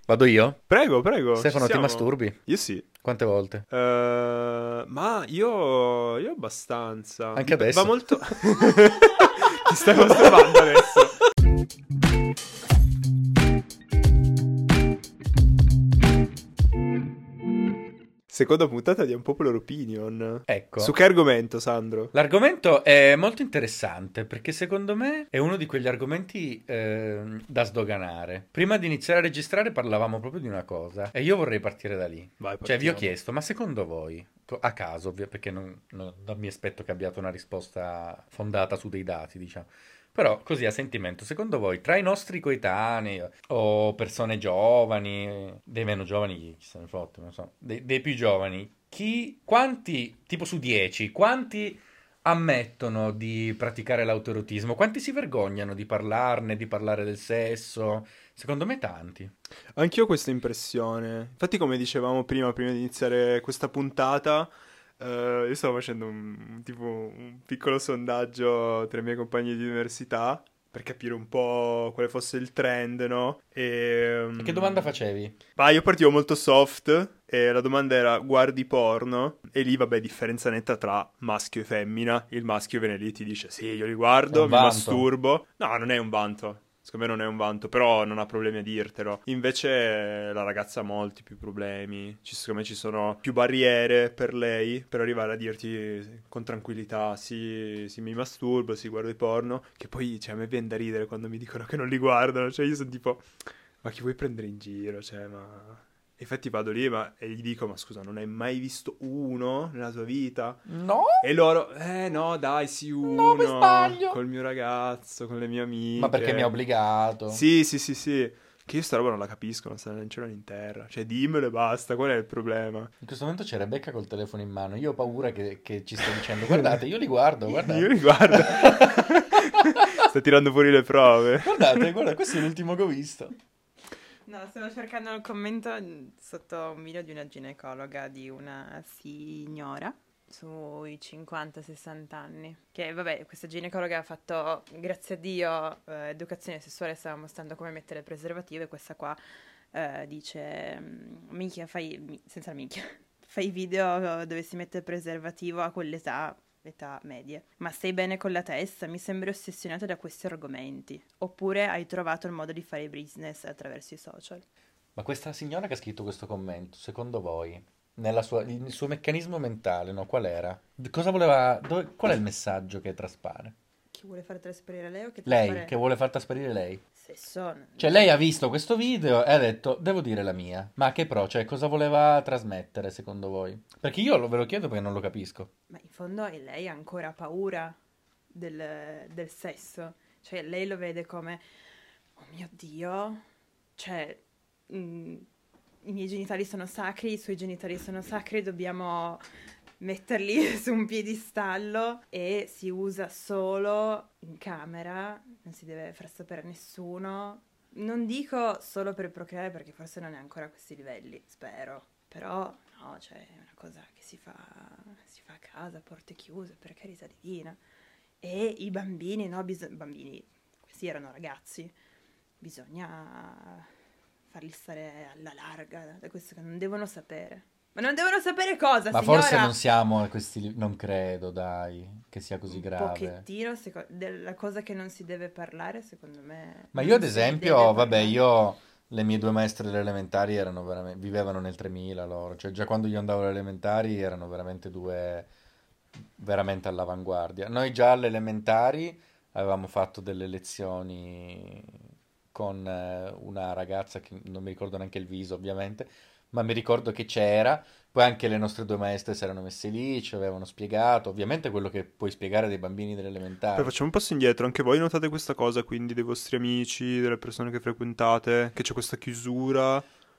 Vado io? Prego, prego, ci Stefano, ti siamo. masturbi? Io sì. Quante volte? Ma io abbastanza. Anche Va adesso? molto... Ti stai masturbando adesso? Seconda puntata di Unpopular Opinion. Su Ecco, che argomento, Sandro? l'argomento è molto interessante perché secondo me è uno di quegli argomenti da sdoganare. Prima di iniziare a registrare parlavamo proprio di una cosa e io vorrei partire da lì. Vai, Cioè, vi ho partiamo. chiesto, ma secondo voi, a caso, perché non mi aspetto che abbiate una risposta fondata su dei dati, diciamo. Però, così a sentimento, secondo voi, tra i nostri coetanei o persone giovani, dei meno giovani, chi se ne fotte, non so, dei più giovani, quanti, tipo su 10, quanti ammettono di praticare l'autoerotismo? Quanti si vergognano di parlarne, di parlare del sesso? Secondo me tanti. Anch'io ho questa impressione. Infatti, come dicevamo prima di iniziare questa puntata, io stavo facendo un piccolo sondaggio tra i miei compagni di università per capire un po' quale fosse il trend, no? E che domanda facevi? Ma io partivo molto soft e la domanda era guardi porno? E lì, vabbè, differenza netta tra maschio e femmina. Il maschio viene lì e ti dice sì, io li È un guardo, mi vanto. masturbo. No, non è un vanto. Secondo me non è un vanto, però non ha problemi a dirtelo. Invece la ragazza ha molti più problemi. Secondo me ci sono più barriere per lei per arrivare a dirti con tranquillità: sì, sì, mi masturbo, sì, guardo i porno. Che poi, cioè, a me viene da ridere quando mi dicono che non li guardano. Cioè, io sono tipo, ma chi vuoi prendere in giro? Cioè, ma... Infatti vado lì e gli dico, ma scusa, non hai mai visto uno nella tua vita? No, E loro, no, dai, sì, no, mi uno, sbaglio. col mio ragazzo, con le mie Ma perché mi ha amiche. obbligato? Sì, sì, sì, sì. Che io sta roba non la capisco, non sta né in cielo né in terra. Cioè, dimmelo e basta, qual è il problema? In questo momento c'è Rebecca col telefono in mano. Io ho paura che ci stia dicendo: guardate, io li guardo, Io guardate. li guardo. Sta tirando fuori le prove. Guardate, guarda, questo è l'ultimo che ho visto. No, stavo cercando il commento sotto un video di una ginecologa di una signora sui 50-60 anni. Che vabbè, questa ginecologa ha fatto, grazie a Dio, educazione sessuale, stava mostrando come mettere il preservativo e questa qua dice, minchia, senza la minchia, fai video dove si mette il preservativo a quell'età, età medie. Ma stai bene con la testa? Mi sembri ossessionato da questi argomenti. Oppure hai trovato il modo di fare business attraverso i social? Ma questa signora che ha scritto questo commento, secondo voi, il suo meccanismo mentale, no? Qual era? Cosa voleva, qual è il messaggio che traspare? Chi vuole far trasparire lei o che Lei, che traspare vuole far trasparire lei. sesso? Cioè, lei ha visto questo video e ha detto, devo dire la mia. Ma che pro? Cioè, cosa voleva trasmettere, secondo voi? Perché io ve lo chiedo perché non lo capisco. Ma in fondo lei ha ancora paura del sesso. Cioè lei lo vede come, oh mio Dio, cioè i miei genitali sono sacri, i suoi genitali sono sacri, dobbiamo metterli su un piedistallo e si usa solo in camera, non si deve far sapere a nessuno. Non dico solo per procreare perché forse non è ancora a questi livelli, spero. Però no, cioè è una cosa che si fa a casa, a porte chiuse, per carità divina. E i bambini, no, bambini, questi erano ragazzi, bisogna farli stare alla larga da questo che non devono sapere. Ma non devono sapere cosa, Ma signora? forse non siamo a questi non credo, dai, che sia così Un grave. pochettino, della cosa che non si deve parlare, secondo me. Ma io Non ad se ne esempio, deve vabbè, parlare. le mie due maestre delle elementari vivevano nel 3000 loro, cioè già quando io andavo alle elementari erano veramente due, veramente all'avanguardia. Noi già alle elementari avevamo fatto delle lezioni con una ragazza che non mi ricordo neanche il viso, ovviamente, ma mi ricordo che c'era. Poi anche le nostre due maestre si erano messe lì, ci avevano spiegato, ovviamente quello che puoi spiegare dei bambini delle Poi elementari. facciamo un passo indietro, anche voi notate questa cosa, quindi dei vostri amici, delle persone che frequentate, che c'è questa chiusura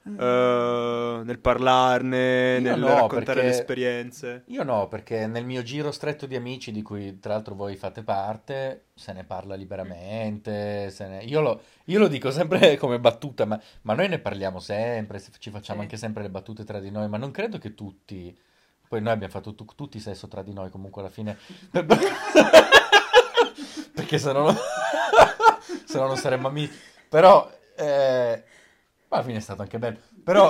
nel parlarne, Io nel no, raccontare le perché esperienze. Io no, perché nel mio giro stretto di amici, di cui tra l'altro voi fate parte, se ne parla Mm. liberamente. Io lo dico sempre come battuta, ma noi ne parliamo sempre, ci facciamo Sì. anche sempre le battute tra di noi, ma non credo che tutti. Poi noi abbiamo fatto tutti sesso tra di noi, comunque alla fine. Perché se no, se no non saremmo amici. Però, Ma alla fine è stato anche bello. Però,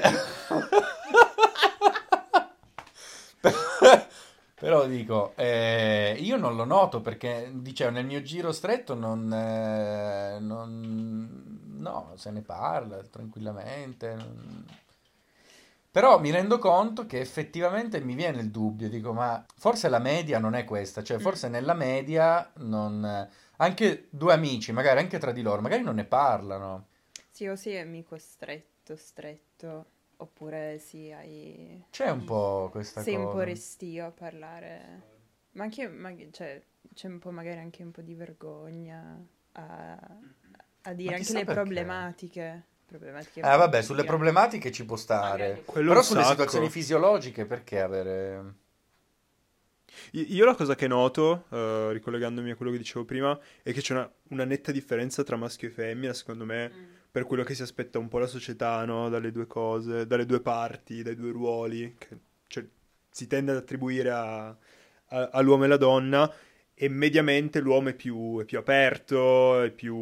però dico, io non lo noto perché, dicevo, nel mio giro stretto no, se ne parla tranquillamente. Però mi rendo conto che effettivamente mi viene il dubbio, dico, ma forse la media non è questa, cioè Mm. forse nella media non... Anche due amici, magari anche tra di loro, magari non ne parlano. Sì, o sei amico stretto, stretto, oppure sì, C'è un po' questa sei un po' cosa. restio a parlare. Ma anche, cioè, c'è un po' magari anche un po' di vergogna a, a Ma dire anche chissà le perché. problematiche Ah, vabbè, brutte, sulle direi. problematiche ci può stare. Magari. Quello un Però sulle situazioni sacco. fisiologiche, perché avere... Io la cosa che noto, ricollegandomi a quello che dicevo prima, è che c'è una netta differenza tra maschio e femmina, secondo me, Mm. per quello che si aspetta un po' la società, no? Dalle due cose, dalle due parti, dai due ruoli, che cioè, si tende ad attribuire all'uomo e alla donna, e mediamente l'uomo è più aperto,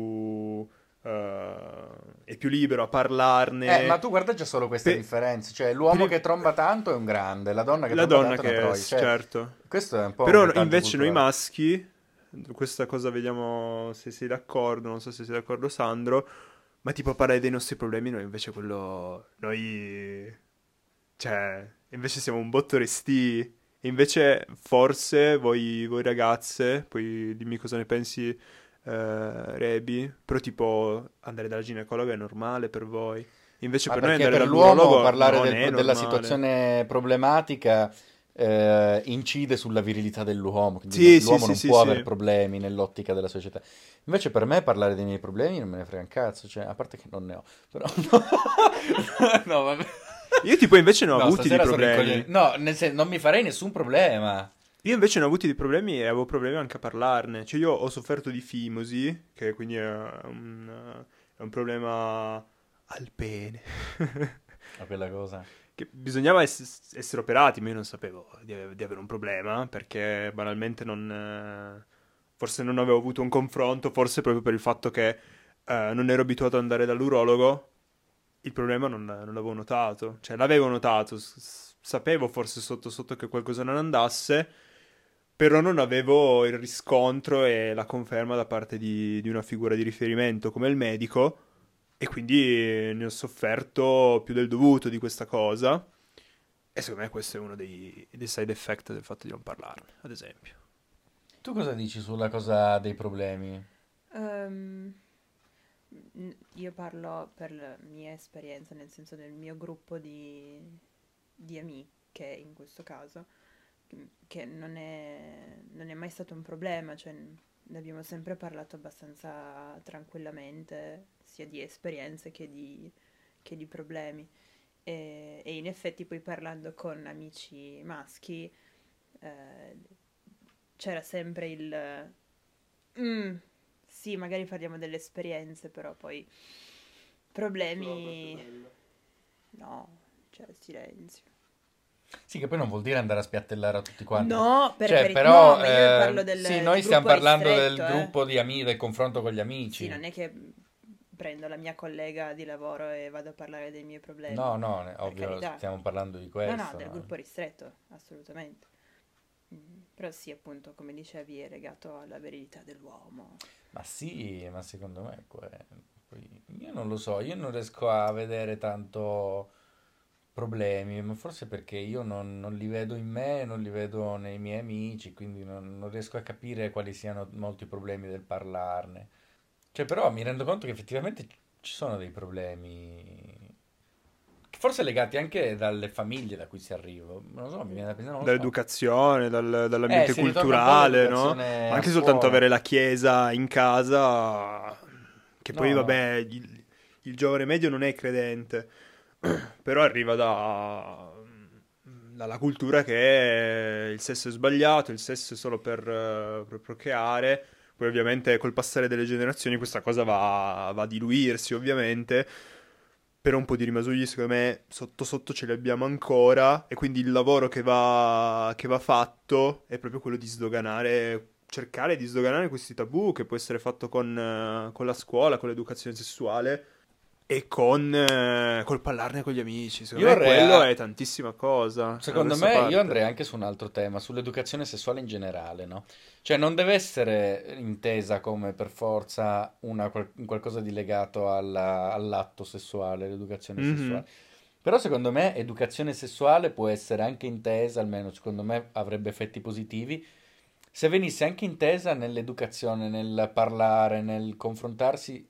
è più libero a Ma parlarne. tu guarda già solo questa Pe- differenza, cioè per l'uomo il- che tromba tanto è un grande, la donna che la tromba donna tanto è una che è, troia, cioè certo. questo è un po' un Però retaggio invece noi culturale. maschi, questa cosa vediamo se sei d'accordo, non so se sei d'accordo Sandro, ma tipo parlare dei nostri problemi, noi invece quello, noi, cioè, invece siamo un botto restii, e invece forse voi ragazze, poi dimmi cosa ne pensi, Rebi, però tipo andare dalla ginecologa è normale per voi, invece Ma per noi perché andare per l'uomo dall'urologo parlare non è della normale. situazione problematica incide sulla virilità dell'uomo, quindi Sì, sì, l'uomo sì, non sì, può aver sì. problemi nell'ottica della società. Invece per me parlare dei miei problemi non me ne frega un cazzo, cioè, a parte che non ne ho, però... No, vabbè. Io tipo invece ne ho No, avuti di stasera sono problemi. incoglioni. No, non mi farei nessun problema. Io invece ne ho avuti di problemi e avevo problemi anche a parlarne. Cioè io ho sofferto di fimosi, che quindi è un problema al pene. Ma quella cosa. Che bisognava essere operati, ma io non sapevo di avere un problema, perché banalmente forse non avevo avuto un confronto, forse proprio per il fatto che non ero abituato ad andare dall'urologo, il problema non l'avevo notato. Cioè l'avevo notato, sapevo forse sotto sotto che qualcosa non andasse, però non avevo il riscontro e la conferma da parte di una figura di riferimento come il medico, e quindi ne ho sofferto più del dovuto di questa cosa. E secondo me questo è uno dei side effect del fatto di non parlarne, ad esempio. Tu cosa dici sulla cosa dei problemi? Ehm, io parlo per la mia esperienza, nel senso del mio gruppo di amiche in questo caso, che non è mai stato un problema, cioè ne abbiamo sempre parlato abbastanza tranquillamente, sia di esperienze che di problemi. E in effetti poi parlando con amici maschi eh, c'era sempre il "Mm, sì, magari parliamo delle esperienze, però poi problemi no, c'era silenzio. Sì, che poi non vuol dire andare a spiattellare a tutti quanti. No, per Cioè, carità, no, però, ma io parlo sì, del noi stiamo gruppo parlando del ristretto, eh. gruppo di amici, del confronto con gli Sì, amici. non è che prendo la mia collega di lavoro e vado a parlare dei miei problemi, No, no, per ovvio, carità. stiamo parlando di No, no, questo. del No? gruppo ristretto, assolutamente. Però sì, appunto, come dicevi, è legato alla verità dell'uomo. Ma sì, ma secondo me poi, io non lo so, io non riesco a vedere tanto problemi, ma forse perché io non li vedo in me, non li vedo nei miei amici, quindi non riesco a capire quali siano molti problemi del parlarne. Cioè, però mi rendo conto che effettivamente ci sono dei problemi, forse legati anche dalle famiglie da cui si arriva. Non lo so, mi viene da pensare, non lo so. Dall'educazione, dall'ambiente Si ritorna un po' culturale, no? all'educazione Ma a anche soltanto scuola. avere la chiesa in casa, che poi No, no. vabbè, il giovane medio non è credente, però arriva dalla cultura che il sesso è sbagliato, il sesso è solo per procreare. Poi ovviamente col passare delle generazioni questa cosa va a diluirsi, ovviamente. Però un po' di rimasugli, secondo me, sotto sotto ce li abbiamo ancora. E quindi il lavoro che va fatto è proprio quello di sdoganare, cercare di sdoganare questi tabù, che può essere fatto con la scuola, con l'educazione sessuale. e col parlarne con gli amici. Secondo Io me vorrei- quello è tantissima cosa. Secondo Questa me, parte. io andrei anche su un altro tema, sull'educazione sessuale in generale, no? Cioè, non deve essere intesa come per forza un qualcosa di legato all'atto sessuale, l'educazione Mhm. sessuale. Però secondo me educazione sessuale può essere anche intesa, almeno secondo me avrebbe effetti positivi, se venisse anche intesa nell'educazione, nel parlare, nel confrontarsi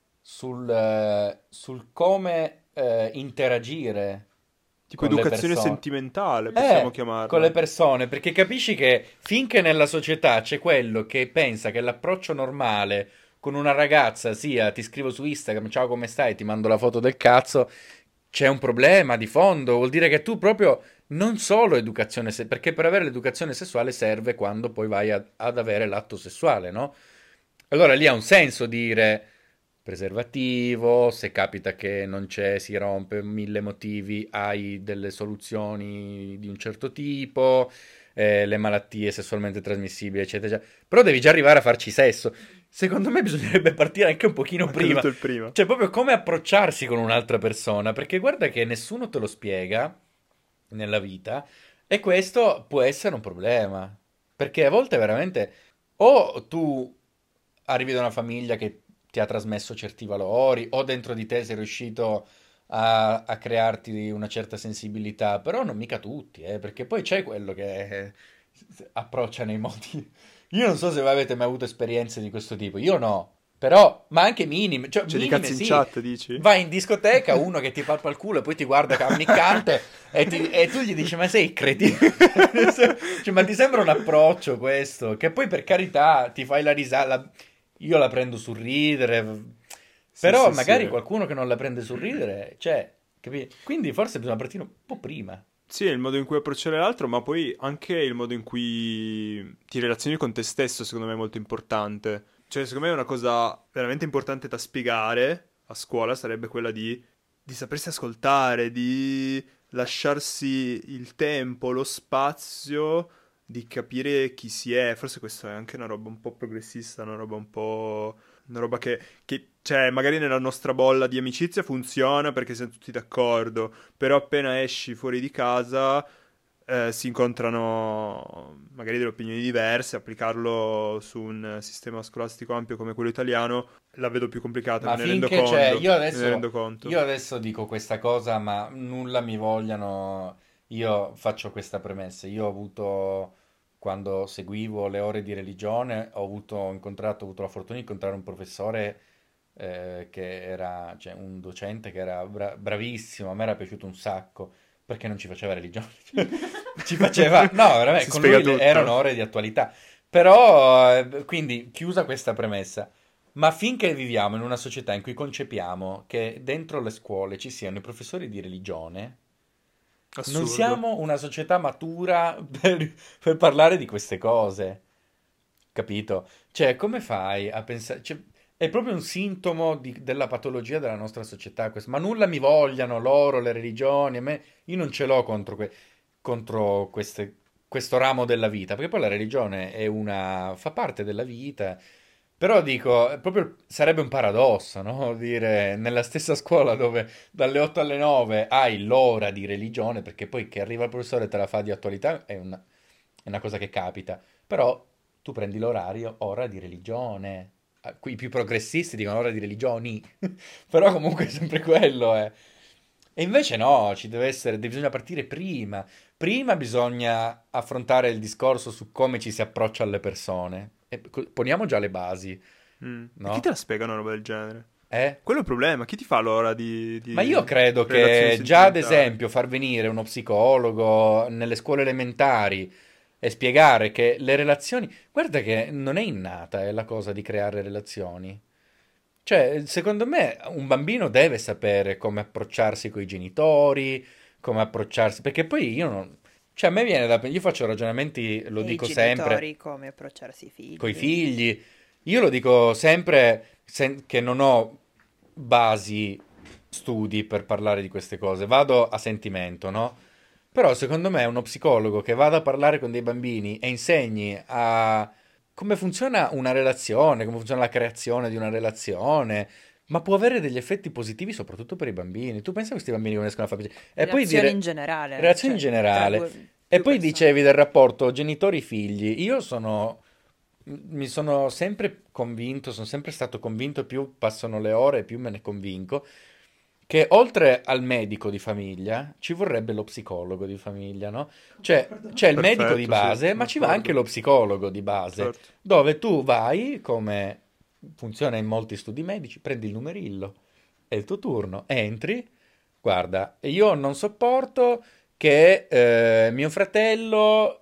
sul come interagire Tipo con le educazione persone. sentimentale, possiamo Con le chiamarla. persone, perché capisci che finché nella società c'è quello che pensa che l'approccio normale con una ragazza sia ti scrivo su Instagram, ciao come stai, ti mando la foto del cazzo, c'è un problema di fondo, vuol dire che tu proprio non solo educazione, perché per avere l'educazione sessuale serve quando poi vai ad avere l'atto sessuale, no? Allora lì ha un senso dire preservativo, se capita che non c'è, si rompe, mille motivi, hai delle soluzioni di un certo tipo, le malattie sessualmente trasmissibili, eccetera, eccetera. Però devi già arrivare a farci sesso. Secondo me bisognerebbe partire anche un pochino Anche prima. tutto il prima. Cioè, proprio come approcciarsi con un'altra persona, perché guarda che nessuno te lo spiega nella vita e questo può essere un problema. Perché a volte veramente o tu arrivi da una famiglia che ti ha trasmesso certi valori, o dentro di te sei riuscito a crearti una certa sensibilità, però non mica tutti, perché poi c'è quello che approccia nei modi. Io non so se voi avete mai avuto esperienze di questo tipo, io no, però, ma anche minime, cioè Cioè, di minime cazzo in sì. chat, dici? Vai in discoteca, uno che ti palpa il culo e poi ti guarda ammiccante e tu gli dici: Ma sei cretino? Cioè, ma ti sembra un approccio questo? Che poi per carità ti fai la risata. Io la prendo sul ridere, Sì, però sì, magari sì. qualcuno che non la prende sul ridere, cioè, quindi forse bisogna partire un po' prima. Sì, il modo in cui approcciare l'altro, ma poi anche il modo in cui ti relazioni con te stesso, secondo me è molto importante. Cioè, secondo me è una cosa veramente importante da spiegare a scuola, sarebbe quella di sapersi ascoltare, di lasciarsi il tempo, lo spazio, di capire chi si è. Forse questa è anche una roba un po' progressista, una roba un po'... Una roba cioè, magari nella nostra bolla di amicizia funziona perché siamo tutti d'accordo, però appena esci fuori di casa si incontrano magari delle opinioni diverse, applicarlo su un sistema scolastico ampio come quello italiano la vedo più complicata, Ma me ne rendo finché c'è, conto, me ne rendo io conto. adesso dico questa cosa, ma nulla mi vogliano, io faccio questa premessa, io ho avuto, quando seguivo le ore di religione, ho avuto la fortuna di incontrare un professore che era, cioè un docente che era bravissimo, a me era piaciuto un sacco, perché non ci faceva religione, ci faceva, no, veramente, Si con spiega lui tutto. erano ore di attualità, però, quindi, chiusa questa premessa. Ma finché viviamo in una società in cui concepiamo che dentro le scuole ci siano i professori di religione, non Assurdo. siamo una società matura per parlare di queste cose, capito? Cioè, come fai a pensare... cioè, è proprio un sintomo della patologia della nostra società questo. Ma nulla mi vogliano loro, le religioni, a me... Io non ce l'ho contro questo ramo della vita, perché poi la religione fa parte della vita. Però dico, sarebbe un paradosso, no? Dire nella stessa scuola dove dalle 8 alle 9 hai l'ora di religione, perché poi che arriva il professore e te la fa di attualità è una cosa che capita. Però tu prendi l'orario, ora di religione. Qui i più progressisti dicono ora di religioni, però comunque è sempre quello, eh. E invece no, ci deve essere, bisogna partire prima. Prima bisogna affrontare il discorso su come ci si approccia alle persone. E poniamo già le basi, E chi te no? la spiega una roba del genere? Eh? Quello è il problema, chi ti fa l'ora Ma io di credo relazioni che già ad sentimentali? esempio far venire uno psicologo nelle scuole elementari e spiegare che le relazioni... Guarda che non è innata, la cosa di creare relazioni. Cioè, secondo me un bambino deve sapere come approcciarsi con i genitori, come approcciarsi... Perché poi io non... Cioè, a me viene da... Io faccio ragionamenti, lo E i dico sempre, genitori come approcciarsi ai coi figli. figli. Io lo dico sempre che non ho basi, studi per parlare di queste cose, vado a sentimento, no? Però secondo me uno psicologo che vada a parlare con dei bambini e insegni a come funziona una relazione, come funziona la creazione di una relazione, Ma può avere degli effetti positivi soprattutto per i bambini. Tu pensa a questi bambini che non riescono a fare piacere. E poi Relazioni in generale, relazioni in cioè, tra generale. E più poi persone. dicevi del rapporto genitori-figli. Mi sono sempre convinto, sono sempre stato convinto, più passano le ore, più me ne convinco, che oltre al medico di famiglia ci vorrebbe lo psicologo di famiglia, no? Cioè, c'è il medico di Perfetto, sì, base, sono ma ci va anche d'accordo. lo psicologo di base, Certo. dove tu vai, come funziona in molti studi medici, prendi il numerillo, è il tuo turno, entri, guarda, io non sopporto che mio fratello,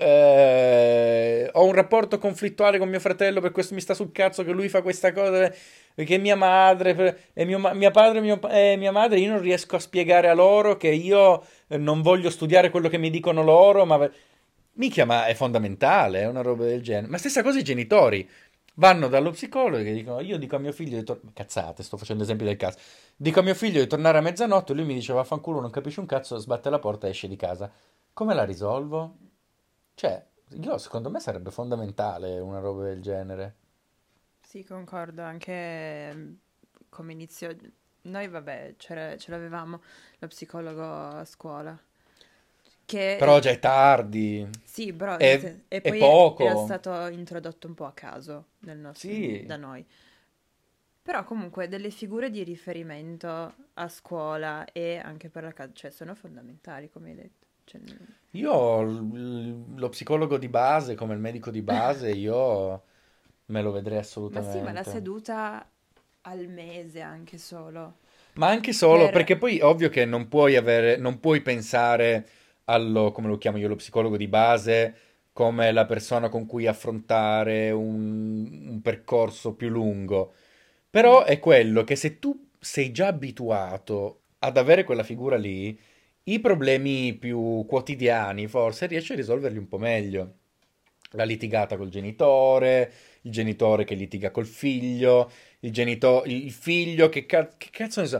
ho un rapporto conflittuale con mio fratello, per questo mi sta sul cazzo che lui fa questa cosa, perché mia madre mio padre e mia madre, io non riesco a spiegare a loro che io non voglio studiare quello che mi dicono loro, ma mica, ma è fondamentale, è una roba del genere. Ma stessa cosa i genitori. Vanno dallo psicologo e dicono, io dico a mio figlio di cazzate, sto facendo esempi del caso. Dico a mio figlio di tornare a mezzanotte, lui mi dice vaffanculo, non capisci un cazzo, sbatte la porta e esce di casa. Come la risolvo? Cioè, io secondo me sarebbe fondamentale una roba del genere. Sì, concordo, anche come inizio, noi vabbè, ce l'avevamo lo psicologo a scuola, Però che già è tardi, sì, però e è poi era poco. stato introdotto un po' a caso Sì, da noi. Però comunque delle figure di riferimento a scuola e anche per la casa, cioè sono fondamentali, come hai detto. Cioè, io lo psicologo di base, come il medico di base, io me lo vedrei ma sì, ma la assolutamente. seduta al mese anche solo. Ma anche solo, Per... perché poi ovvio che non puoi avere, non puoi pensare come lo chiamo io, lo psicologo di base, come la persona con cui affrontare un percorso più lungo. Mm. Però è quello che se tu sei già abituato ad avere quella figura lì, i problemi più quotidiani forse riesci a risolverli un po' meglio. La litigata col genitore, il genitore che litiga col figlio, il figlio che cazzo ne so,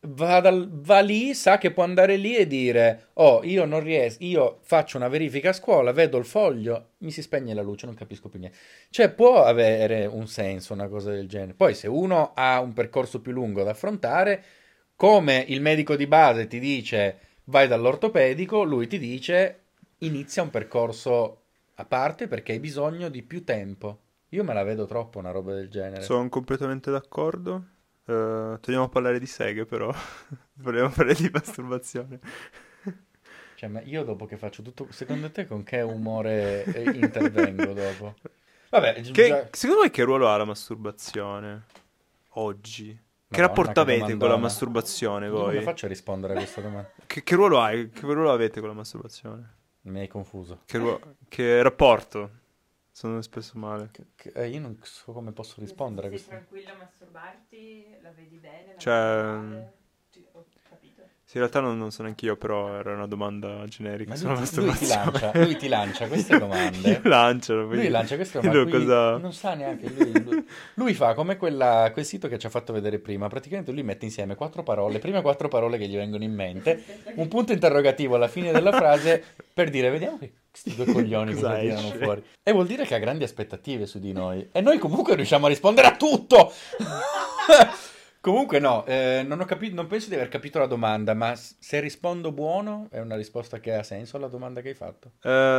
va lì, sa che può andare lì e dire, oh, io non riesco, io faccio una verifica a scuola, vedo il foglio, mi si spegne la luce, non capisco più niente. Cioè, può avere un senso una cosa del genere. Poi, se uno ha un percorso più lungo da affrontare, come il medico di base ti dice vai dall'ortopedico, lui ti dice inizia un percorso a parte perché hai bisogno di più tempo. Io me la vedo troppo una roba del genere. Sono completamente d'accordo. Torniamo a parlare di seghe, però. Volevo parlare di masturbazione. Cioè, ma io dopo che faccio tutto, secondo te con che umore intervengo dopo? Vabbè, Secondo voi che ruolo ha la masturbazione oggi? Che Madonna, rapporto che avete con la domandona. masturbazione Io come voi? faccio a rispondere a questa domanda? Che ruolo hai? Che ruolo avete con la masturbazione? Mi hai confuso. Che rapporto? Sono spesso male. Io non so come posso rispondere a questa. tranquillo a masturbarti, la vedi bene, la Cioè, vedi male. Ho capito. sì, in realtà non so neanche io, però era una domanda generica Ma sulla masturbazione. lui ti lancia queste Io domande. lancialo, Lui poi lancia queste io domande, qui cosa... non sa neanche lui fa come quel sito che ci ha fatto vedere prima. Praticamente lui mette insieme quattro parole, le prime quattro parole che gli vengono in mente, un punto interrogativo alla fine della frase per dire vediamo che questi due coglioni Cosa cosa tirano esce? fuori. E vuol dire che ha grandi aspettative su di noi. E noi comunque riusciamo a rispondere a tutto. Comunque no, non ho capito, non penso di aver capito la domanda, ma se rispondo buono è una risposta che ha senso alla domanda che hai fatto.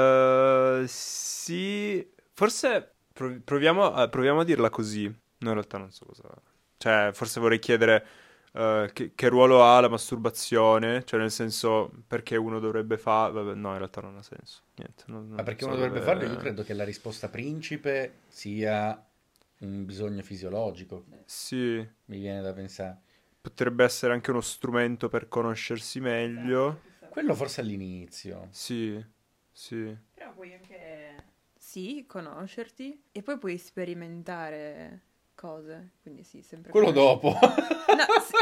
Sì, forse proviamo a dirla così. No, in realtà non so cosa... Cioè, forse vorrei chiedere che ruolo ha la masturbazione, cioè nel senso perché uno dovrebbe fare... Vabbè, no, in realtà non ha senso. Niente, Ma non perché so uno dovrebbe farlo? Io dove... credo che la risposta principe sia un bisogno fisiologico, Sì, mi viene da pensare. potrebbe essere anche uno strumento per conoscersi meglio. Quello forse all'inizio. Sì, sì. Però puoi anche, sì, conoscerti e poi puoi sperimentare cose, quindi sì, sempre Quello dopo. No,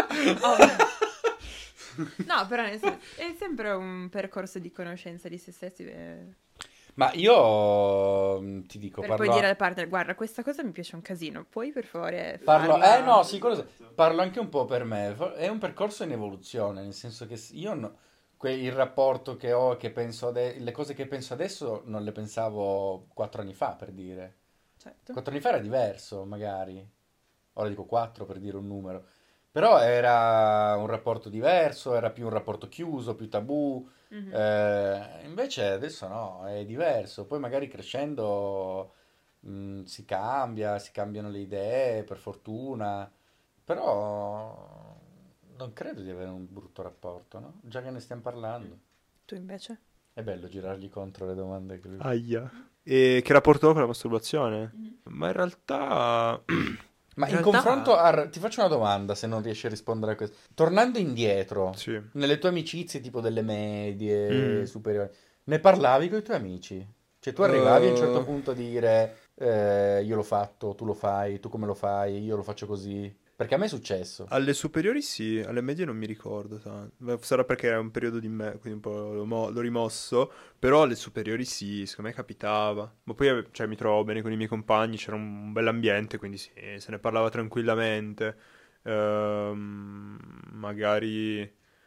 ovvio. No, però nel senso, è sempre un percorso di conoscenza di se stessi Ma io ti dico, per poi dire al partner, guarda, questa cosa mi piace un casino, puoi per favore farla? no, sì, parlo anche un po' per me. È un percorso in evoluzione, nel senso che io il rapporto che ho, che penso le cose che penso adesso non le pensavo 4 anni fa, per dire. Certo. 4 anni fa era diverso, magari. Ora dico 4 per dire un numero. Però era un rapporto diverso, era più un rapporto chiuso, più tabù. Mhm. Invece adesso no, è diverso. Poi magari crescendo si cambia, si cambiano le idee, per fortuna. Però non credo di avere un brutto rapporto, no? Già che ne stiamo parlando. Tu invece? È bello girargli contro le domande che lui... Aia. E che rapporto ho con la masturbazione? Mhm. Ma in realtà... Ma In in realtà... confronto ti faccio una domanda se non riesci a rispondere a questo. Tornando indietro, Sì. nelle tue amicizie tipo delle medie, Mm. superiori, ne parlavi con i tuoi amici? Cioè tu arrivavi a un certo punto a dire io l'ho fatto, tu lo fai, tu come lo fai, io lo faccio così. Perché a me è successo. Alle superiori sì, alle medie non mi ricordo tanto. Beh, sarà perché era un periodo di me, quindi un po' l'ho rimosso. Però alle superiori sì, secondo me capitava. Ma poi cioè, mi trovo bene con i miei compagni, c'era un bell'ambiente, quindi sì, se ne parlava tranquillamente. Magari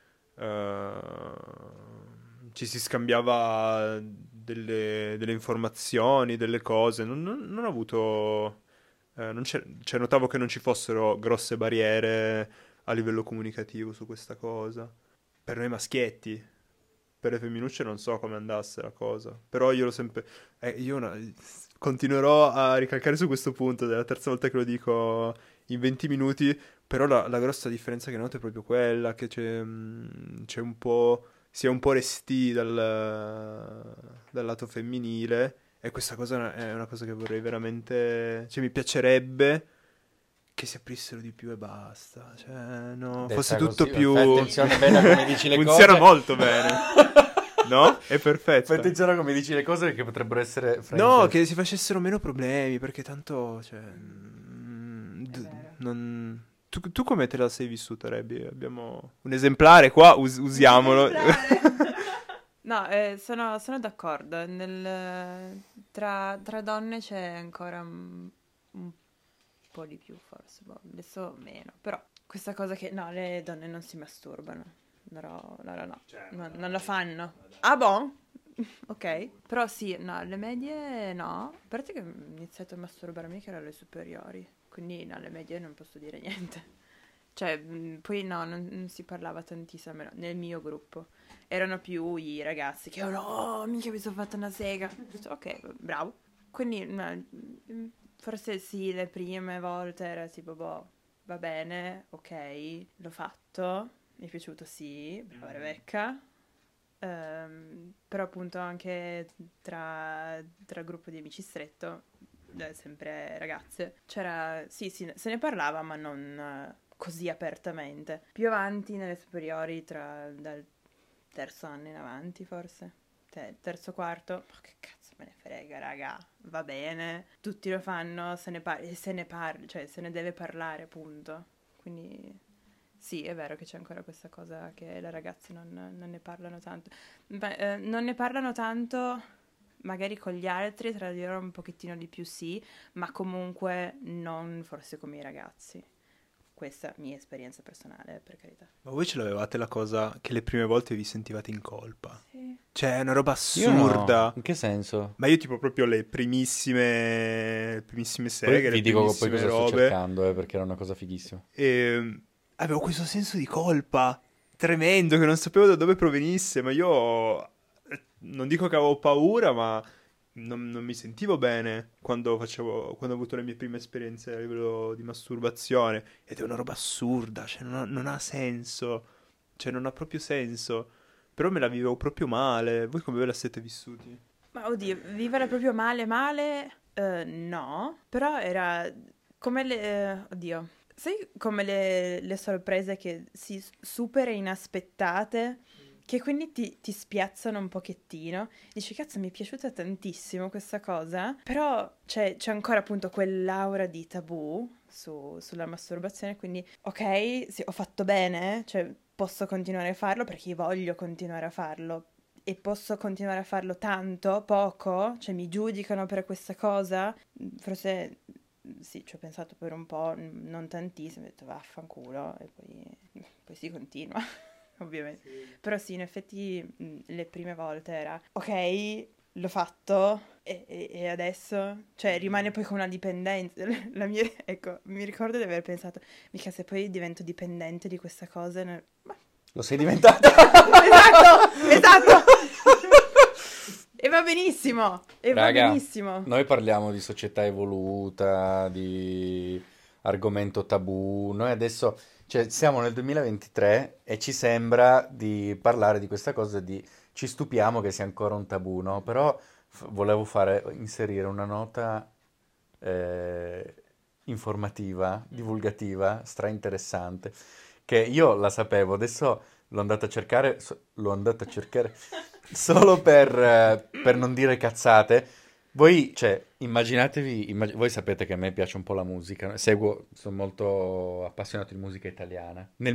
ci si scambiava delle informazioni, delle cose. Non ho avuto... non cioè, notavo che non ci fossero grosse barriere a livello comunicativo su questa cosa. Per noi maschietti, per le femminucce non so come andasse la cosa. Però io l'ho sempre... continuerò a ricalcare su questo punto, è la terza volta che lo dico in 20 minuti, però la grossa differenza che noto è proprio quella, che c'è un po'... si è un po' resti dal lato femminile. E questa cosa è una cosa che vorrei veramente... Cioè, mi piacerebbe che si aprissero di più e basta. Cioè, no, fosse Detta tutto così, più... fai attenzione bene a come dici le Funziona cose. molto bene. No? È Fai perfetta. attenzione a come dici le cose perché potrebbero essere No, fraintese. che si facessero meno problemi, perché tanto... Cioè, È vero. non... Tu come te la sei vissuta, Rebi? Abbiamo un esemplare qua, usiamolo. No, sono d'accordo. Tra donne c'è ancora un po' di più, forse. Boh, adesso meno. Però questa cosa che... No, le donne non si masturbano. Loro no. Non lo fanno. Ah, boh? Ok. Però sì, no, alle medie no. A parte che ho iniziato a masturbarmi che era alle superiori. Quindi no, alle medie non posso dire niente. Cioè, poi no, non si parlava tantissimo, almeno nel mio gruppo. Erano più i ragazzi che, oh no, mica mi sono fatta una sega. Ho detto, ok, bravo. Quindi, no, forse sì, le prime volte era tipo, boh, va bene, ok, l'ho fatto, mi è piaciuto, sì, brava Rebecca. Però appunto anche tra gruppo di amici stretto, sempre ragazze, c'era, sì, se ne parlava, ma non così apertamente. Più avanti nelle superiori, dal terzo anno in avanti forse, terzo, quarto, ma che cazzo me ne frega, raga, va bene, tutti lo fanno, se ne parla, cioè se ne deve parlare, appunto. Quindi sì, è vero che c'è ancora questa cosa che le ragazze non ne parlano tanto. Beh, non ne parlano tanto, magari con gli altri, tra di loro un pochettino di più sì, ma comunque non forse come i ragazzi. Questa mia esperienza personale, per carità. Ma voi ce l'avevate la cosa che le prime volte vi sentivate in colpa? Sì. Cioè, è una roba Io no. assurda. In che senso? Ma io tipo proprio le primissime Poi seghe, vi le dico poi primissime cosa sto robe. cercando, perché era una cosa fighissima. E avevo questo senso di colpa tremendo che non sapevo da dove provenisse, ma io non dico che avevo paura, ma non mi sentivo bene quando ho avuto le mie prime esperienze a livello di masturbazione. Ed è una roba assurda, cioè non ha senso, cioè non ha proprio senso. Però me la vivevo proprio male. Voi come ve la siete vissuti? Ma oddio, vivere proprio male, no. Però era come oddio. Sai come le sorprese che si super inaspettate, che quindi ti spiazzano un pochettino. Dici, cazzo, mi è piaciuta tantissimo questa cosa. Però c'è ancora appunto quell'aura di tabù sulla masturbazione, quindi ok, sì, ho fatto bene, cioè posso continuare a farlo perché voglio continuare a farlo. E posso continuare a farlo tanto, poco? Cioè mi giudicano per questa cosa? Forse sì, ci ho pensato per un po', non tantissimo, ho detto vaffanculo e poi si continua, ovviamente. Però sì, in effetti le prime volte era ok, l'ho fatto e adesso, cioè, rimane poi con una dipendenza. Ecco, mi ricordo di aver pensato, mica se poi divento dipendente di questa cosa... Ma... Lo sei diventata? Esatto! E va benissimo, Raga, va benissimo. noi parliamo di società evoluta, di argomento tabù. Noi adesso, cioè, siamo nel 2023 e ci sembra di parlare di questa cosa e ci stupiamo che sia ancora un tabù, no? Però volevo inserire una nota informativa, divulgativa, interessante, che io la sapevo, adesso l'ho andata a cercare, solo per non dire cazzate. Voi, cioè, voi sapete che a me piace un po' la musica, no? Sono molto appassionato di musica italiana. Nel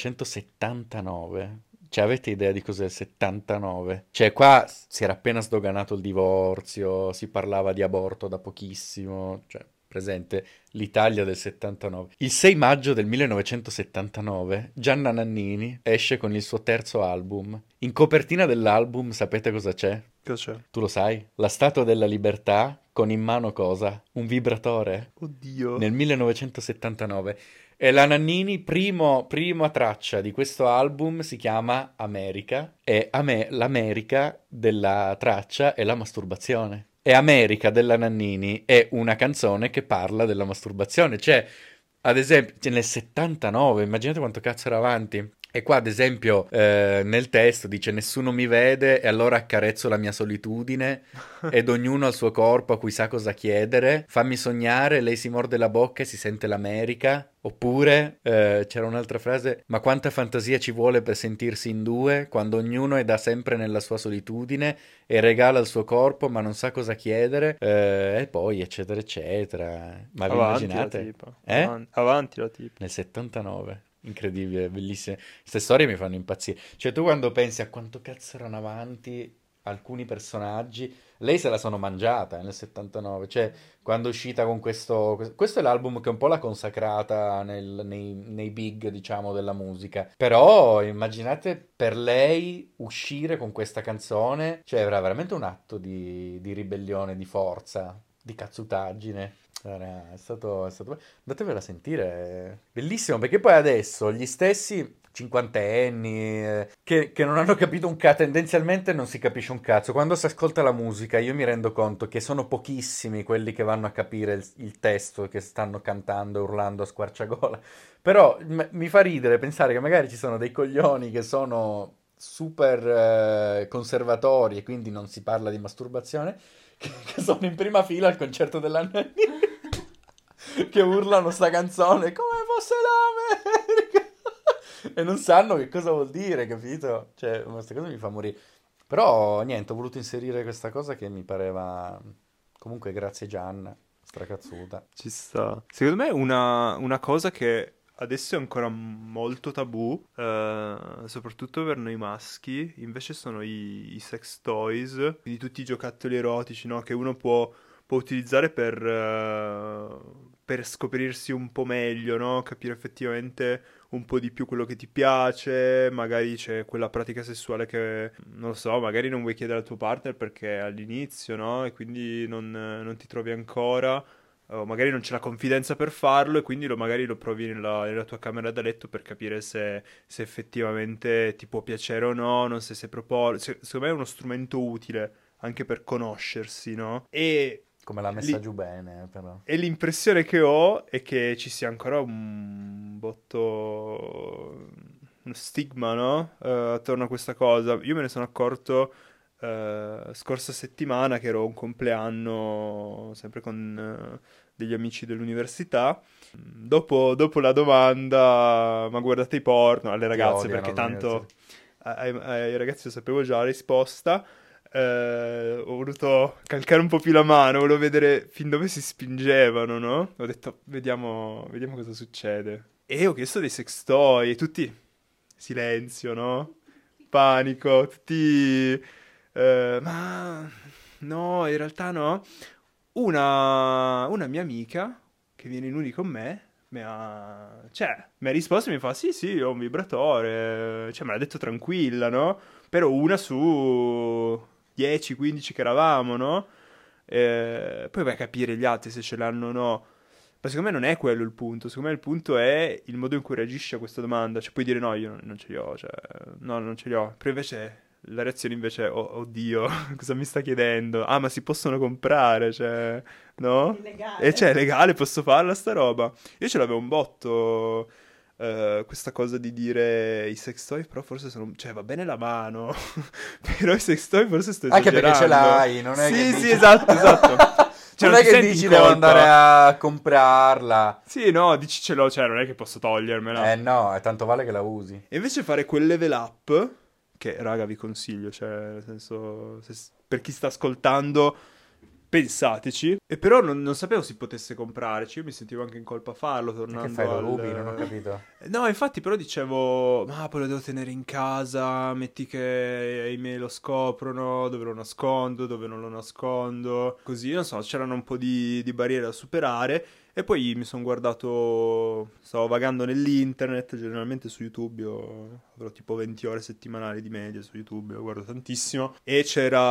1979, cioè, avete idea di cos'è il 79? Cioè, qua si era appena sdoganato il divorzio, si parlava di aborto da pochissimo, cioè, presente l'Italia del 79. Il 6 maggio del 1979, Gianna Nannini esce con il suo terzo album. In copertina dell'album, sapete cosa c'è? Cosa c'è? Tu lo sai? La Statua della Libertà con in mano cosa? Un vibratore. Oddio. Nel 1979. E la Nannini, prima traccia di questo album si chiama America. E a me l'America della traccia è la masturbazione. E America della Nannini è una canzone che parla della masturbazione. Cioè, ad esempio, nel 79, immaginate quanto cazzo era avanti. E qua, ad esempio, nel testo dice: nessuno mi vede e allora accarezzo la mia solitudine ed ognuno ha il suo corpo a cui sa cosa chiedere. Fammi sognare, lei si morde la bocca e si sente l'America. Oppure, c'era un'altra frase: ma quanta fantasia ci vuole per sentirsi in due, quando ognuno è da sempre nella sua solitudine e regala il suo corpo ma non sa cosa chiedere. E poi, eccetera, eccetera. Ma vi Avanti immaginate? la tipa. Eh? Avanti la tipa. Nel 79. Incredibile, bellissime. Queste storie mi fanno impazzire. Cioè, tu quando pensi a quanto cazzo erano avanti alcuni personaggi, lei se la sono mangiata nel 79. Cioè, quando è uscita con questo è l'album che un po' l'ha consacrata nei big, diciamo, della musica. Però immaginate per lei uscire con questa canzone, cioè era veramente un atto di ribellione, di forza, di cazzutaggine. È stato... Andatevela a sentire, è bellissimo, perché poi adesso gli stessi cinquantenni che non hanno capito un cazzo, tendenzialmente non si capisce un cazzo. Quando si ascolta la musica io mi rendo conto che sono pochissimi quelli che vanno a capire il testo che stanno cantando e urlando a squarciagola. Però mi fa ridere pensare che magari ci sono dei coglioni che sono super conservatori e quindi non si parla di masturbazione, che sono in prima fila al concerto dell'Annani che urlano sta canzone come fosse l'America e non sanno che cosa vuol dire, capito? Cioè, questa cosa mi fa morire. Però niente, ho voluto inserire questa cosa che mi pareva comunque, grazie Gianna, stracazzuta. Ci sta. Secondo me una cosa che adesso è ancora molto tabù, soprattutto per noi maschi, invece sono i sex toys, quindi tutti i giocattoli erotici, no? Che uno può utilizzare per scoprirsi un po' meglio, no? Capire effettivamente un po' di più quello che ti piace, magari c'è quella pratica sessuale che, non lo so, magari non vuoi chiedere al tuo partner perché è all'inizio, no? E quindi non ti trovi ancora, o magari non c'è la confidenza per farlo e quindi magari lo provi nella tua camera da letto per capire se effettivamente ti può piacere o no, non so se secondo me è uno strumento utile anche per conoscersi, no? E come l'ha messa giù bene, però. e l'impressione che ho è che ci sia ancora un botto, uno stigma, no? Attorno a questa cosa. Io me ne sono accorto scorsa settimana che ero a un compleanno sempre con degli amici dell'università. Dopo la domanda, ma guardate i porno alle ragazze, odiano perché tanto all'università. ai ragazzi lo sapevo già la risposta. Ho voluto calcare un po' più la mano, volevo vedere fin dove si spingevano, no? Ho detto, vediamo cosa succede. E ho chiesto dei sex toy, e tutti, silenzio, no? Panico, tutti, ma no, in realtà no. Una mia amica, che viene in uni con me, mi ha risposto e mi fa, sì, ho un vibratore, cioè me l'ha detto tranquilla, no? Però una su 10-15 che eravamo, no? Poi vai a capire gli altri se ce l'hanno o no. Ma secondo me non è quello il punto. Secondo me il punto è il modo in cui reagisci a questa domanda. Cioè, puoi dire no, io non ce li ho. Cioè, no, non ce li ho. Però invece la reazione invece è oddio, cosa mi sta chiedendo? Ah, ma si possono comprare, cioè, no? Illegale. E cioè, è legale, posso farla sta roba? Io ce l'avevo un botto. Questa cosa di dire i sex toy, però forse sono. Cioè, va bene la mano. Però i sex toy forse sto Anche esagerando. perché ce l'hai, non è sì, che sì, dici... esatto. Cioè, non è ti che senti dici in devo colpa. andare a comprarla. Sì, no, dici ce l'ho, cioè non è che posso togliermela. No, tanto vale che la usi. E invece fare quel level up, che raga vi consiglio, cioè nel senso, per chi sta ascoltando, pensateci. E però non sapevo si potesse comprare, cioè io mi sentivo anche in colpa a farlo, tornando Che fai, lo al... rubi? Non ho capito. No, infatti però dicevo, ma poi lo devo tenere in casa, metti che i miei lo scoprono, dove lo nascondo, dove non lo nascondo, così, non so, c'erano un po' di barriere da superare. E poi mi sono guardato, stavo vagando nell'internet, generalmente su YouTube, io avrò tipo 20 ore settimanali di media su YouTube, lo guardo tantissimo, e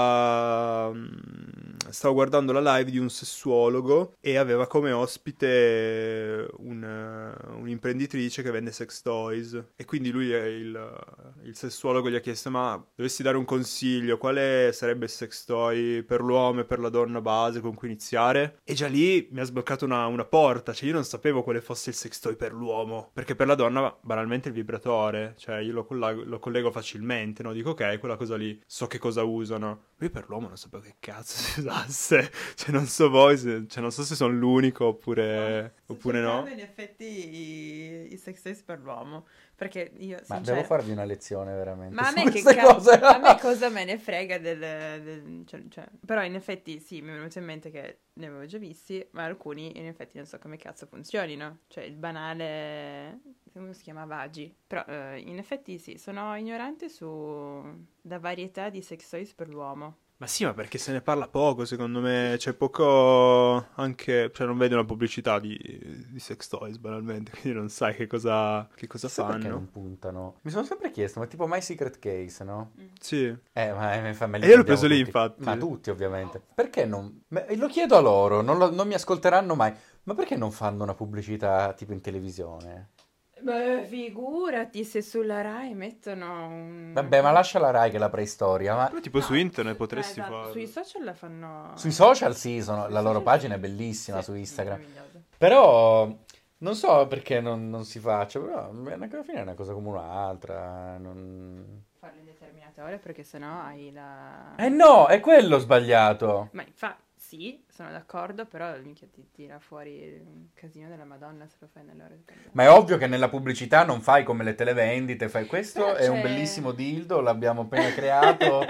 stavo guardando la live di un sessuologo e aveva come ospite un'imprenditrice che vende sex toys, e quindi lui, il sessuologo gli ha chiesto, ma dovessi dare un consiglio, quale sarebbe il sex toy per l'uomo e per la donna base con cui iniziare? E già lì mi ha sbloccato una porta, cioè io non sapevo quale fosse il sex toy per l'uomo, perché per la donna banalmente il vibratore, cioè io lo collego facilmente, no? Dico ok, quella cosa lì, so che cosa usano. Lui per l'uomo non sapevo che cazzo si usasse, cioè non so voi, cioè non so se sono l'unico oppure no. In effetti i sex toys per l'uomo, perché io Ma sincero, devo farvi una lezione veramente ma a su me che queste cose. a me cosa me ne frega cioè, però in effetti sì, mi è venuto in mente che ne avevo già visti, ma alcuni in effetti non so come cazzo funzionino, cioè il banale, come si chiama, Vagi, però in effetti sì, sono ignorante su la varietà di sex toys per l'uomo. Ma sì, ma perché se ne parla poco, secondo me, c'è poco anche, cioè non vedi una pubblicità di sex toys banalmente, quindi non sai che cosa Chissà perché fanno. non puntano. Mi sono sempre chiesto, ma tipo My Secret Case, no? Sì. Ma me E li io l'ho prendiamo preso lì, tutti. infatti. Ma tutti, ovviamente. Perché non... Lo chiedo a loro, non mi ascolteranno mai. Ma perché non fanno una pubblicità tipo in televisione? Beh, figurati se sulla Rai mettono Vabbè, ma lascia la Rai che è la preistoria, ma... Però tipo su internet potresti esatto, farlo. sui social la fanno. Sui social sì, la loro social pagina è sì. bellissima Sì, su Instagram. meraviglioso. Però non so perché non si faccia, però alla fine è una cosa come un'altra. Farlo in determinate ore perché sennò hai la. Eh no, è quello sbagliato. Ma infatti sì, sono d'accordo, però minchia ti tira fuori un casino della Madonna se lo fai nelle ore sbagliate. Ma è ovvio che nella pubblicità non fai come le televendite, fai questo Però è un c'è- bellissimo dildo, l'abbiamo appena creato.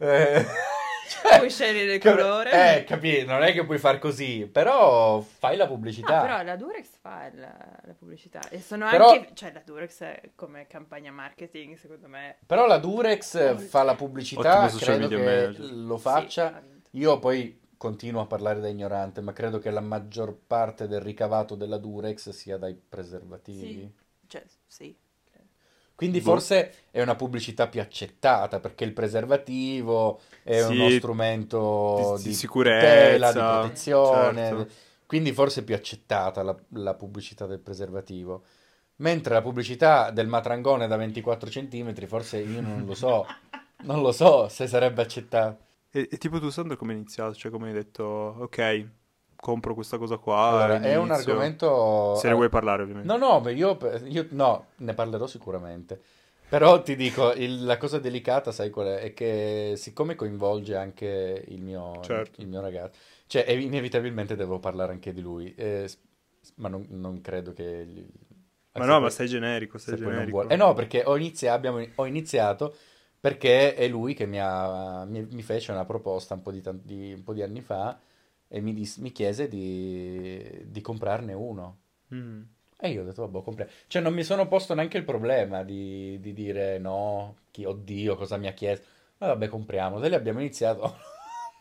Puoi scegliere il colore. Capì, non è che puoi far così, però fai la pubblicità. Ah, però la Durex fa la pubblicità e sono Però- anche, cioè la Durex è come campagna marketing, secondo me. Però la Durex fa la pubblicità, Ottimo social credo media che manager. lo Sì, faccia. ha vinto. Io poi continuo a parlare da ignorante, ma credo che la maggior parte del ricavato della Durex sia dai preservativi. Sì. Cioè, sì. Quindi Boh. forse è una pubblicità più accettata, perché il preservativo è Sì, uno strumento di di sicurezza, tutela, di protezione, certo. quindi forse è più accettata la pubblicità del preservativo. Mentre la pubblicità del matrangone da 24 centimetri, forse io non lo so se sarebbe accettata. E tipo tu, Sandro, come hai iniziato? Cioè, come hai detto, ok, compro questa cosa qua, Allora, è un inizio. argomento... Se ne vuoi parlare, ovviamente. No, beh, io no, ne parlerò sicuramente. Però ti dico, la cosa delicata, sai qual è? È che siccome coinvolge anche Certo. il mio ragazzo, cioè inevitabilmente devo parlare anche di lui, ma non credo che... Ma se no, poi- ma stai generico, se stai poi non generico. vuole. No, perché ho iniziato perché è lui che mi fece una proposta un po' di anni fa e mi chiese di comprarne uno. Mm. E io ho detto, vabbè, Cioè, non mi sono posto neanche il problema di dire no, oddio, cosa mi ha chiesto. Ma vabbè, compriamo. Da lì abbiamo iniziato.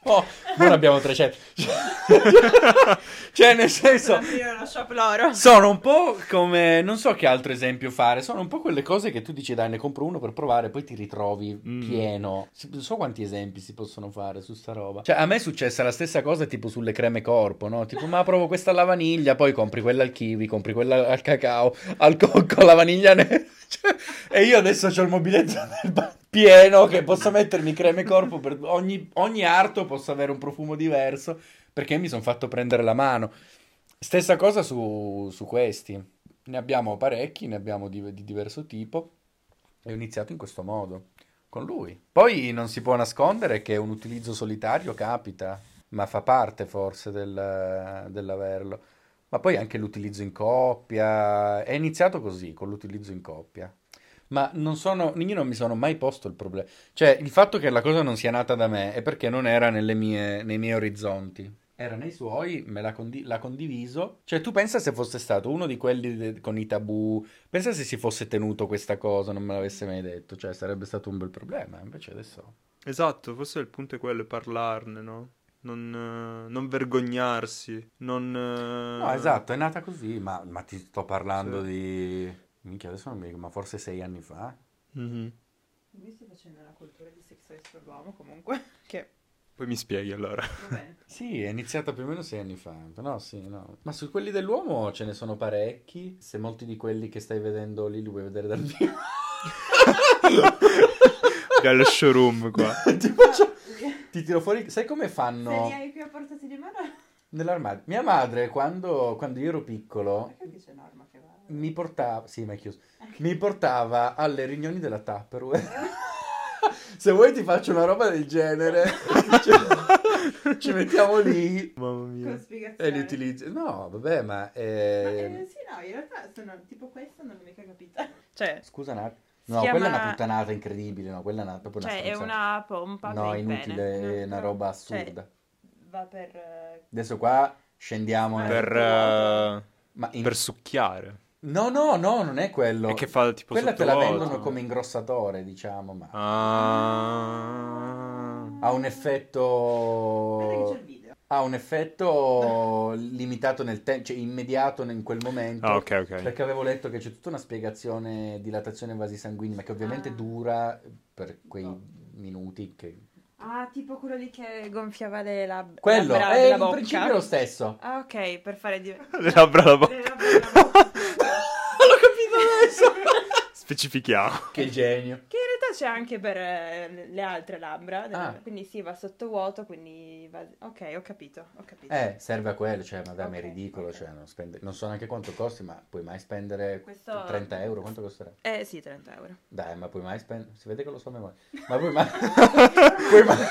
Oh, non abbiamo 300. Cioè, nel senso, aprire lo shop loro. sono un po' come, non so che altro esempio fare, sono un po' quelle cose che tu dici, dai, ne compro uno per provare, poi ti ritrovi pieno. Non so quanti esempi si possono fare su sta roba. Cioè, a me è successa la stessa cosa tipo sulle creme corpo, no? Tipo, ma provo questa alla vaniglia, poi compri quella al kiwi, compri quella al cacao, al cocco, la vaniglia nera. Cioè, e io adesso ho il mobiletto pieno che posso mettermi creme corpo per ogni arto, posso avere un profumo diverso perché mi sono fatto prendere la mano. Stessa cosa su questi. Ne abbiamo parecchi, ne abbiamo di diverso tipo e ho iniziato in questo modo con lui. Poi non si può nascondere che un utilizzo solitario capita, ma fa parte forse dell'averlo. Ma poi anche l'utilizzo in coppia. È iniziato così, con l'utilizzo in coppia. Ma io non mi sono mai posto il problema. Cioè, il fatto che la cosa non sia nata da me è perché non era nei miei orizzonti. Era nei suoi, l'ha condiviso. Cioè, tu pensa se fosse stato uno di quelli con i tabù, pensa se si fosse tenuto questa cosa, non me l'avesse mai detto. Cioè, sarebbe stato un bel problema. Invece adesso... Esatto, forse il punto è quello, è parlarne, no? Non vergognarsi, No, esatto, è nata così, ma ti sto parlando Sì. di... Minchia, adesso non mi ricordo, ma forse 6 anni fa? Mhm. Lui sta facendo una cultura di sex toys per l'uomo comunque, che Poi mi spieghi allora. va bene. Sì, è iniziata più o meno 6 anni fa, no, sì, no. Ma su quelli dell'uomo ce ne sono parecchi, se molti di quelli che stai vedendo lì li vuoi vedere dal vivo. Dallo showroom qua. Ti tiro fuori, sai come Se fanno li hai più a portata di mano, nell'armadio? Mia madre, quando io ero piccolo, perché c'è Norma che va? mi portava, sì, ma è chiuso, mi portava alle riunioni della Tupperware. Se vuoi ti faccio una roba del genere, ci mettiamo lì Mamma Con mia. e spiegazione. li utilizzi. No, vabbè, ma... Sì, no, in realtà sono tipo questo non l'ho mica capita. Cioè, Scusa un attimo. Si No, quella è una chiama- puttanata incredibile, no, quella è proprio una cioè è stronzata. una pompa No, per il inutile, pene. è una Però- roba cioè, assurda. va per... Adesso qua scendiamo Ma nel... Per, Ma per succhiare. No, non è quello. E che fa tipo Quella te la sottovuoto. vendono come ingrossatore, diciamo, ma Ah. ha un Aspetta che effetto... c'è il video. Ha un effetto limitato nel tempo, cioè immediato in quel momento. Ah, ok, ok. Perché avevo letto che c'è tutta una spiegazione dilatazione vasi sanguigni, ma che ovviamente Ah. dura per quei minuti che... Ah, tipo quello lì che gonfiava le Quello, labbra è della il bocca. principio è lo stesso. Ah, ok, per fare Le labbra alla bocca. le labbra della bocca. L'ho capito adesso! Specifichiamo. Che genio. Che in realtà c'è anche per le altre labbra, Ah. quindi sì, va sottovuoto, quindi va... Ok, ho capito. Serve a quello, cioè, ma dai, ma è Ok, ridicolo, ok. cioè, non so neanche quanto costi, ma puoi mai spendere Questo- 30 euro, quanto costerà? Sì, 30 euro. Dai, ma puoi mai spendere, si vede che lo so a memoria, ma puoi mai, puoi mai...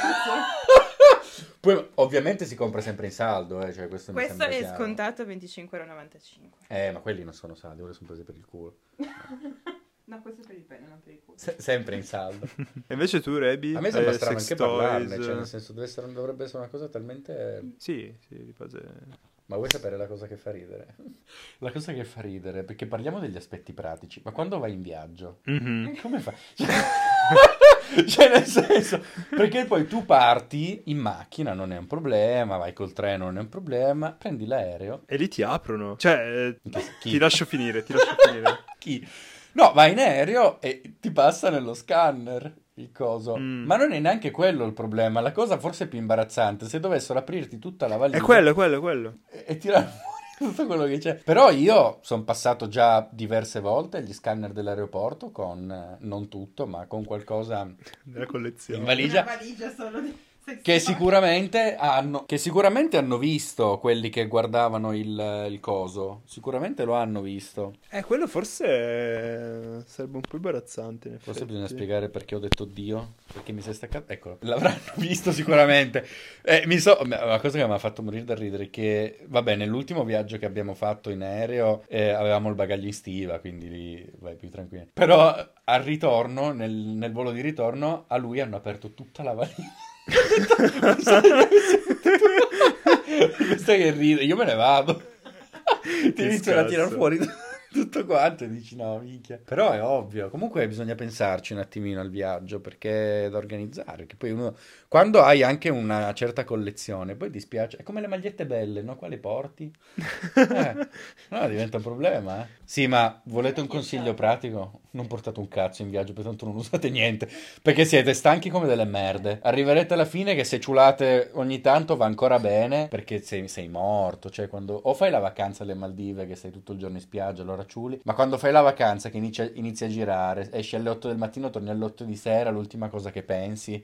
Ovviamente si compra sempre in saldo, cioè, questo mi Questo sembra è chiaro. scontato 25,95 €. Ma quelli non sono saldi, quelli sono presi per il culo. No, questo è per il pene, non per il culo. Sempre in saldo. E invece tu, Rebi? A me sembra strano sex anche parlarne, toys? cioè, nel senso, dovrebbe essere una cosa talmente... Sì, di base. Ma vuoi sapere la cosa che fa ridere? La cosa che fa ridere, perché parliamo degli aspetti pratici, ma quando vai in viaggio, Mhm. come fai? Cioè, nel senso, perché poi tu parti in macchina, non è un problema, vai col treno, non è un problema, prendi l'aereo. E lì ti aprono. Cioè, Chi? ti lascio finire, Chi? No, vai in aereo e ti passa nello scanner il coso. Mm. Ma non è neanche quello il problema. La cosa forse più imbarazzante, se dovessero aprirti tutta la valigia È quello. e tirare fuori tutto quello che c'è. Però io sono passato già diverse volte agli scanner dell'aeroporto con, non tutto, ma con qualcosa Nella in collezione. valigia. Una valigia solo di sex Che toy. sicuramente hanno visto quelli che guardavano il coso. Sicuramente lo hanno visto. Quello forse sarebbe un po' imbarazzante. In Forse effetti. bisogna spiegare perché ho detto Dio. Perché mi sei staccato. Eccolo. L'avranno visto sicuramente. La cosa che mi ha fatto morire da ridere è che, vabbè, nell'ultimo viaggio che abbiamo fatto in aereo avevamo il bagaglio in stiva, quindi lì vai più tranquillo. Però al ritorno, nel volo di ritorno, a lui hanno aperto tutta la valigia. Questa che ride, io me ne vado. Ti iniziano a tirar scherzo. fuori tutto quanto e dici no, minchia. Però è ovvio, comunque bisogna pensarci un attimino al viaggio perché è da organizzare, che poi uno, quando hai anche una certa collezione, poi ti spiace, è come le magliette belle, no? Quali porti? No, diventa un problema, eh. Sì, ma volete un consiglio pratico? Non portate un cazzo in viaggio, perché tanto non usate niente, perché siete stanchi come delle merde. Arriverete alla fine che se ciulate ogni tanto va ancora bene, perché sei morto, cioè quando o fai la vacanza alle Maldive che stai tutto il giorno in spiaggia, allora ciuli, ma quando fai la vacanza che inizi a girare, esci alle 8 del mattino, torni alle 8 di sera, l'ultima cosa che pensi.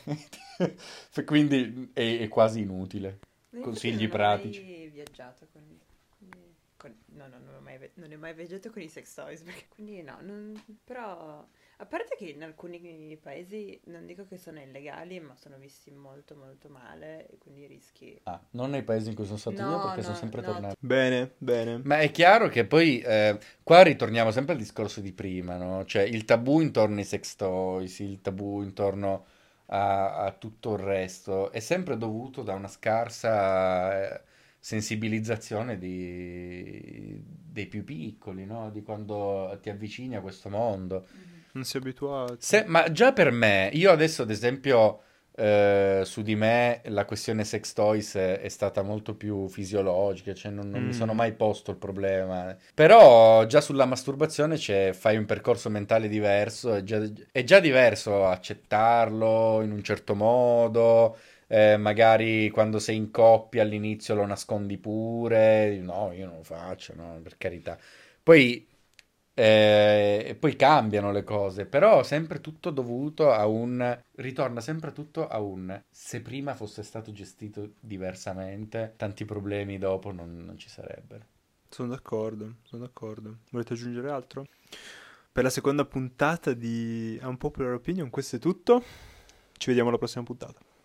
Quindi è quasi inutile. Consigli pratici. Non ho mai viaggiato no, non ho mai viaggiato con i sex toys, perché quindi no, però a parte che in alcuni paesi non dico che sono illegali, ma sono visti molto molto male e quindi rischi. Ah, non nei paesi in cui sono stato io perché sono sempre tornato. Bene, bene. Ma è chiaro che poi qua ritorniamo sempre al discorso di prima, no? Cioè il tabù intorno ai sex toys, il tabù intorno a tutto il resto è sempre dovuto da una scarsa sensibilizzazione dei più piccoli, no? Di quando ti avvicini a questo mondo. Non si è abituato. Ma già per me, io adesso ad esempio su di me la questione sex toys è stata molto più fisiologica, cioè non mi sono mai posto il problema. Però già sulla masturbazione fai un percorso mentale diverso, è già diverso accettarlo in un certo modo. Magari quando sei in coppia all'inizio lo nascondi pure, no, io non lo faccio, no, per carità. Poi e poi cambiano le cose, però sempre tutto dovuto a ritorna sempre tutto a se prima fosse stato gestito diversamente, tanti problemi dopo non ci sarebbero. Sono d'accordo, sono d'accordo. Volete aggiungere altro? Per la seconda puntata di Unpopular Opinion questo è tutto. Ci vediamo alla prossima puntata.